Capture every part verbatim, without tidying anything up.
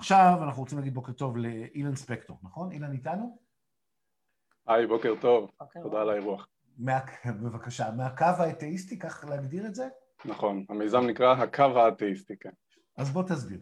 עכשיו אנחנו רוצים להגיד בוקר טוב לאילן ספקטור, נכון? אילן איתנו? היי, בוקר טוב. תודה על האירוח. בבקשה, מהקו האתאיסטי, כך להגדיר את זה? נכון, המיזם נקרא הקו האתאיסטי, כן. אז בוא תסביר.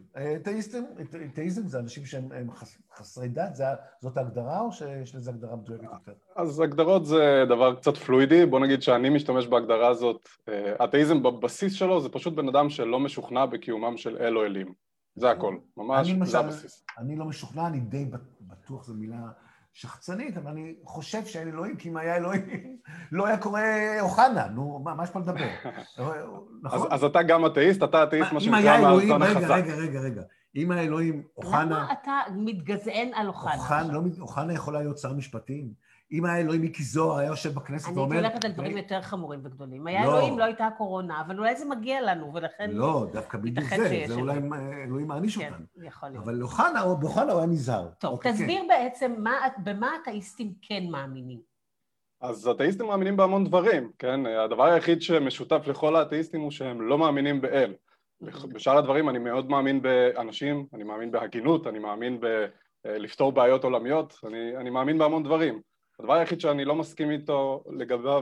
אתאיזם זה אנשים שהם חסרי דת, זאת ההגדרה או שיש לזה הגדרה מדויקת יותר? אז הגדרות זה דבר קצת פלואידי, בוא נגיד שאני משתמש בהגדרה הזאת. אתאיזם בבסיס שלו זה פשוט בן אדם שלא משוכנע בקיומם של אל או אלים. זה הכל, ממש, זה הבסיס. אני לא משוכנע, אני די בטוח, זו מילה שחצנית, אבל אני חושב שאין אלוהים, כי אם היה אלוהים, לא היה קורה אוחנה, נו, מה יש פה לדבר? נכון? אז אתה גם אתאיסט, אתה אתאיסט מה שנקרא מהזן החזק. רגע, רגע, רגע, רגע. אם האלוהים, אוחנה... למה אתה מתגזען על אוחנה? אוחנה יכולה להיות שר משפטים. אם היה אלוהים מיקי זוהר, היה יושב בכנסת ואומר... אני הולכת על דברים יותר חמורים וגדולים. היה אלוהים, לא הייתה קורונה, אבל אולי זה מגיע לנו, ולכן... לא, דווקא בדיוק זה, זה אולי אלוהים מעניש אותנו. כן, יכול להיות. אבל אוחנה, באוחנה הוא היה נזהר. טוב, תסביר בעצם במה אתאיסטים כן מאמינים. אז אתאיסטים מאמינים בהמון דברים, כן? הדבר היחיד שמשותף לכל האתאיסטים הוא שהם לא מאמינים באל. בשאר הדברים אני מאוד מאמין באנשים, אני מאמין בהגינות, אני מאמין בלפתור בעיות עולמיות, אני, אני מאמין בהמון דברים. הדבר היחיד שאני לא מסכים איתו לגביו,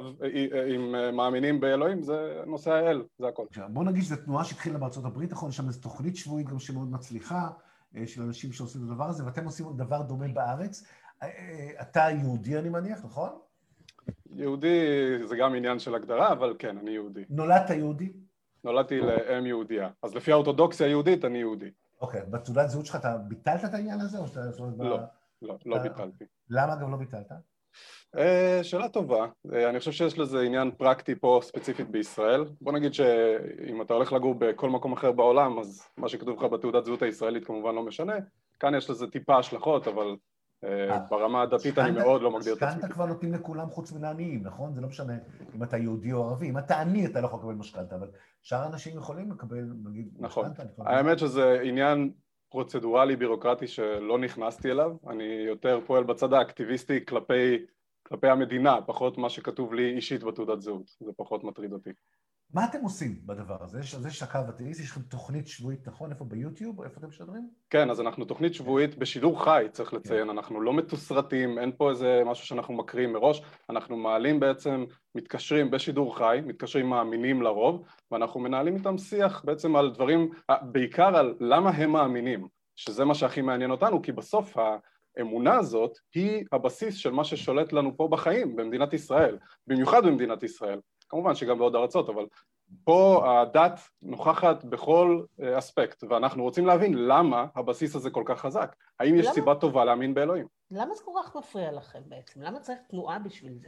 אם מאמינים באלוהים, זה נושא האל, זה הכל. בוא נגיד שזו תנועה שהתחילה בארצות הברית, נכון? יש שם איזו תוכנית שבועית גם שמאוד מצליחה, של אנשים שעושים את הדבר הזה, ואתם עושים דבר דומה בארץ. אתה יהודי, אני מניח, נכון? יהודי זה גם עניין של הגדרה, אבל כן, אני יהודי. נולדת יהודי? נולדתי לאם יהודייה. אז לפי האורתודוקסיה היהודית, אני יהודי. אוקיי, בתעודת זהות שלך אתה ביטלת את העניין הזה? לא, לא, לא ביטלתי. למה גם לא ביטלת? שאלה טובה. אני חושב שיש לזה עניין פרקטי פה ספציפית בישראל. בוא נגיד שאם אתה הולך לגור בכל מקום אחר בעולם, אז מה שכתוב לך בתעודת זהות הישראלית כמובן לא משנה. כאן יש לזה טיפה השלכות, אבל ברמה הדתית אני מאוד לא מגדיר את עצמי. משכנתא כבר נותנים לכולם חוץ מלעניים, נכון? זה לא משנה אם אתה יהודי או ערבי. אם אתה עני, אתה לא יכול לקבל משכנתא, אבל שאר האנשים יכולים לקבל, נגיד, משכנתא. נכון. האמת שזה עניין פרוצדורלי, בירוקרטי, שלא נכנסתי אליו. אני יותר פועל בצד האקטיביסטי כלפי, כלפי המדינה, פחות מה שכתוב לי אישית בתעודת זהות. זה פחות מטריד אותי. מה אתם עושים בדבר הזה? אז יש הקו אתאיסט, יש לכם תוכנית שבועית, נכון? איפה ביוטיוב? איפה אתם משדרים? כן, אז אנחנו תוכנית שבועית בשידור חי, צריך לציין. אנחנו לא מתוסרטים, אין פה איזה משהו שאנחנו מקריאים מראש. אנחנו מעלים בעצם, מתקשרים בשידור חי, מתקשרים מאמינים לרוב, ואנחנו מנהלים איתם שיח בעצם על דברים, בעיקר על למה הם מאמינים, שזה מה שהכי מעניין אותנו, כי בסוף האמונה הזאת היא הבסיס של מה ששולט לנו פה בחיים, במדינת ישראל, במיוחד במדינת ישראל. כמובן שגם בעוד ארצות, אבל פה הדת נוכחת בכל אספקט, ואנחנו רוצים להבין למה הבסיס הזה כל כך חזק. האם יש סיבה טובה להאמין באלוהים? למה זה כל כך מפריע לכם בעצם? למה צריך תנועה בשביל זה?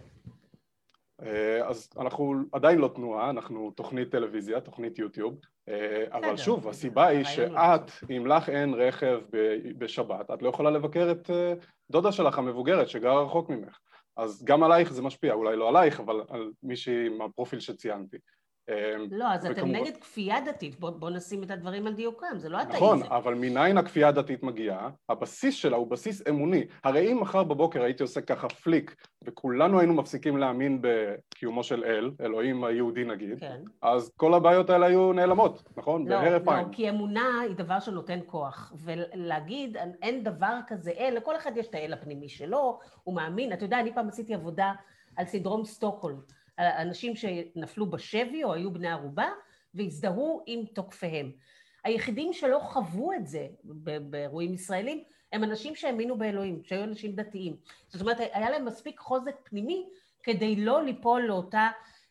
אז אנחנו עדיין לא תנועה, אנחנו תוכנית טלוויזיה, תוכנית יוטיוב, אבל שוב, הסיבה היא שאת, אם לך אין רכב בשבת, את לא יכולה לבקר את דודה שלך המבוגרת שגרה רחוק ממך. אז גם עלייך זה משפיע, אולי לא עלייך, אבל על מישהי מהפרופיל שציינתי. לא, אז אתם נגד כפייה דתית, בוא נשים את הדברים על דיוקם, זה לא אתאיזם. נכון, אבל מניין הכפייה הדתית מגיעה, הבסיס שלה הוא בסיס אמוני. הרי אם מחר בבוקר הייתי עושה ככה פליק, וכולנו היינו מפסיקים להאמין בקיומו של אל, אלוהים היהודי נגיד, אז כל הבעיות האלה היו נעלמות, נכון? בהרף עין. לא, כי אמונה היא דבר שנותן כוח, ולהגיד אין דבר כזה אל, לכל אחד יש את האל הפנימי שלו, הוא מאמין. אתה יודע, אני פעם עשיתי עבודה על סינדרום סטוקהולם, אנשים שנפלו בשבי או היו בני ערובה והזדהו עם תוקפיהם. היחידים שלא חוו את זה באירועים ישראלים הם אנשים שהאמינו באלוהים, שהיו אנשים דתיים. זאת אומרת, היה להם מספיק חוזק פנימי כדי לא ליפול לאותה,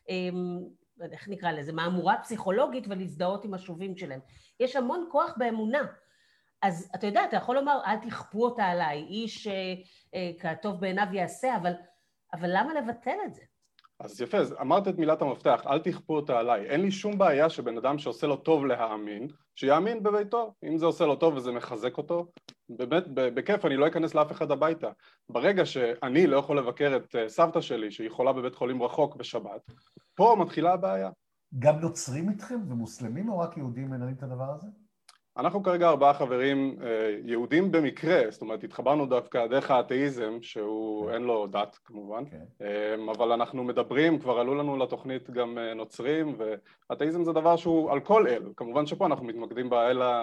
איך נקרא לזה, מהמורה פסיכולוגית ולהזדהות עם השובים שלהם. יש המון כוח באמונה. אז אתה יודע, אתה יכול לומר, אל תכפו אותה עליי, איש כטוב בעיניו יעשה, אבל, אבל למה לבטל את זה? אז יפה, אמרת את מילת המפתח, אל תכפו אותה עליי. אין לי שום בעיה שבן אדם שעושה לו טוב להאמין, שיאמין בביתו. אם זה עושה לו טוב וזה מחזק אותו, באמת, בכיף, אני לא אכנס לאף אחד הביתה. ברגע שאני לא יכול לבקר את סבתא שלי, שהיא חולה בבית חולים רחוק בשבת, פה מתחילה הבעיה. גם נוצרים איתכם ומוסלמים או רק יהודים מנהלים את הדבר הזה? אנחנו כרגע ארבעה חברים יהודים במקרה, זאת אומרת, התחברנו דווקא דרך האתאיזם, שהוא אין לו דת כמובן, אבל אנחנו מדברים, כבר עלו לנו לתוכנית גם נוצרים, ואתאיזם זה דבר שהוא על כל אל, כמובן שפה אנחנו מתמקדים באל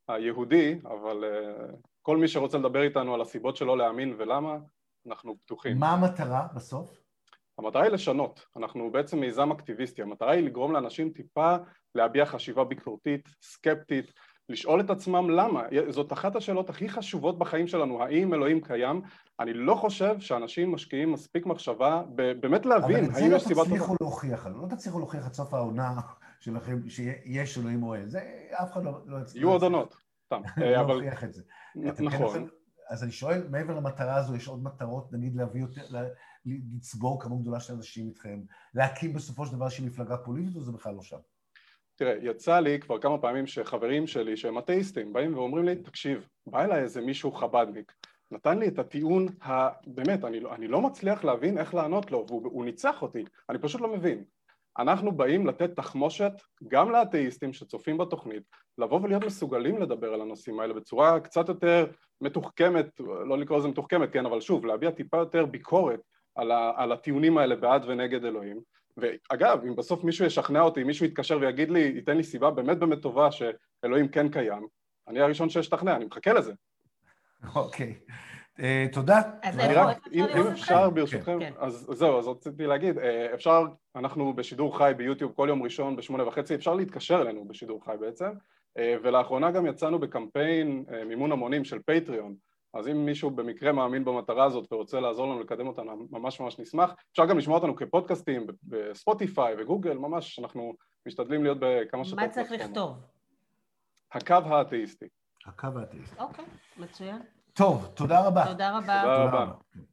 היהודי, אבל uh, כל מי שרוצה לדבר איתנו על הסיבות שלו להאמין ולמה, אנחנו פתוחים. מה המטרה בסוף? המטרה היא לשנות, אנחנו בעצם מיזם אקטיביסטי, המטרה היא לגרום לאנשים טיפה להביע חשיבה ביקורתית, סקפטית, לשאול את עצמם למה, זאת אחת השאלות הכי חשובות בחיים שלנו, האם אלוהים קיים? אני לא חושב שאנשים משקיעים מספיק מחשבה באמת להבין האם יש סיבה טובה. אבל את זה לא תצליחו להוכיח, לא תצליחו להוכיח עד סוף העונה שלכם שיש אלוהים או אין, זה אף אחד לא יצליח. יהיו עוד עונות, סתם. לא להוכיח את זה. נכון. אז אני שואל, מעבר למטרה הזו, יש עוד מטרות, נגיד להביא יותר, לצבור כמות גדולה של אנשים איתכם, להקים בסופו של דבר שהיא מפלגה פוליטית, או זה בכלל לא שם? תראה, יצא לי כבר כמה פעמים שחברים שלי שהם אתאיסטים באים ואומרים לי, תקשיב, בא אליי איזה מישהו חבדניק, נתן לי את הטיעון, ה... באמת, אני לא, אני לא מצליח להבין איך לענות לו, והוא ניצח אותי, אני פשוט לא מבין. אנחנו באים לתת תחמושת גם לאתאיסטים שצופים בתוכנית, לבוא ולהיות מסוגלים לדבר על הנושאים האלה בצורה קצת יותר מתוחכמת, לא לקרוא לזה מתוחכמת, כן, אבל שוב, להביע טיפה יותר ביקורת על, ה... על הטיעונים האלה בעד ונגד אלוהים. ואגב, אם בסוף מישהו ישכנע אותי, מישהו יתקשר ויגיד לי, ייתן לי סיבה באמת באמת טובה שאלוהים כן קיים, אני הראשון שישתכנע, אני מחכה לזה. אוקיי, תודה. אני רק, אם אפשר ברשותכם, אז זהו, אז רציתי להגיד, אפשר, אנחנו בשידור חי ביוטיוב כל יום ראשון בשמונה וחצי, אפשר להתקשר אלינו בשידור חי בעצם, ולאחרונה גם יצאנו בקמפיין מימון המונים של פטריון, אז אם מישהו במקרה מאמין במטרה הזאת ורוצה לעזור לנו לקדם אותנו, ממש ממש נשמח. אפשר גם לשמוע אותנו כפודקאסטים בספוטיפיי וגוגל, ממש אנחנו משתדלים להיות בכמה שפות. מה צריך לכתוב? הקו האתאיסטי. הקו האתאיסטי. אוקיי, מצוין. טוב, תודה רבה. תודה רבה. תודה רבה.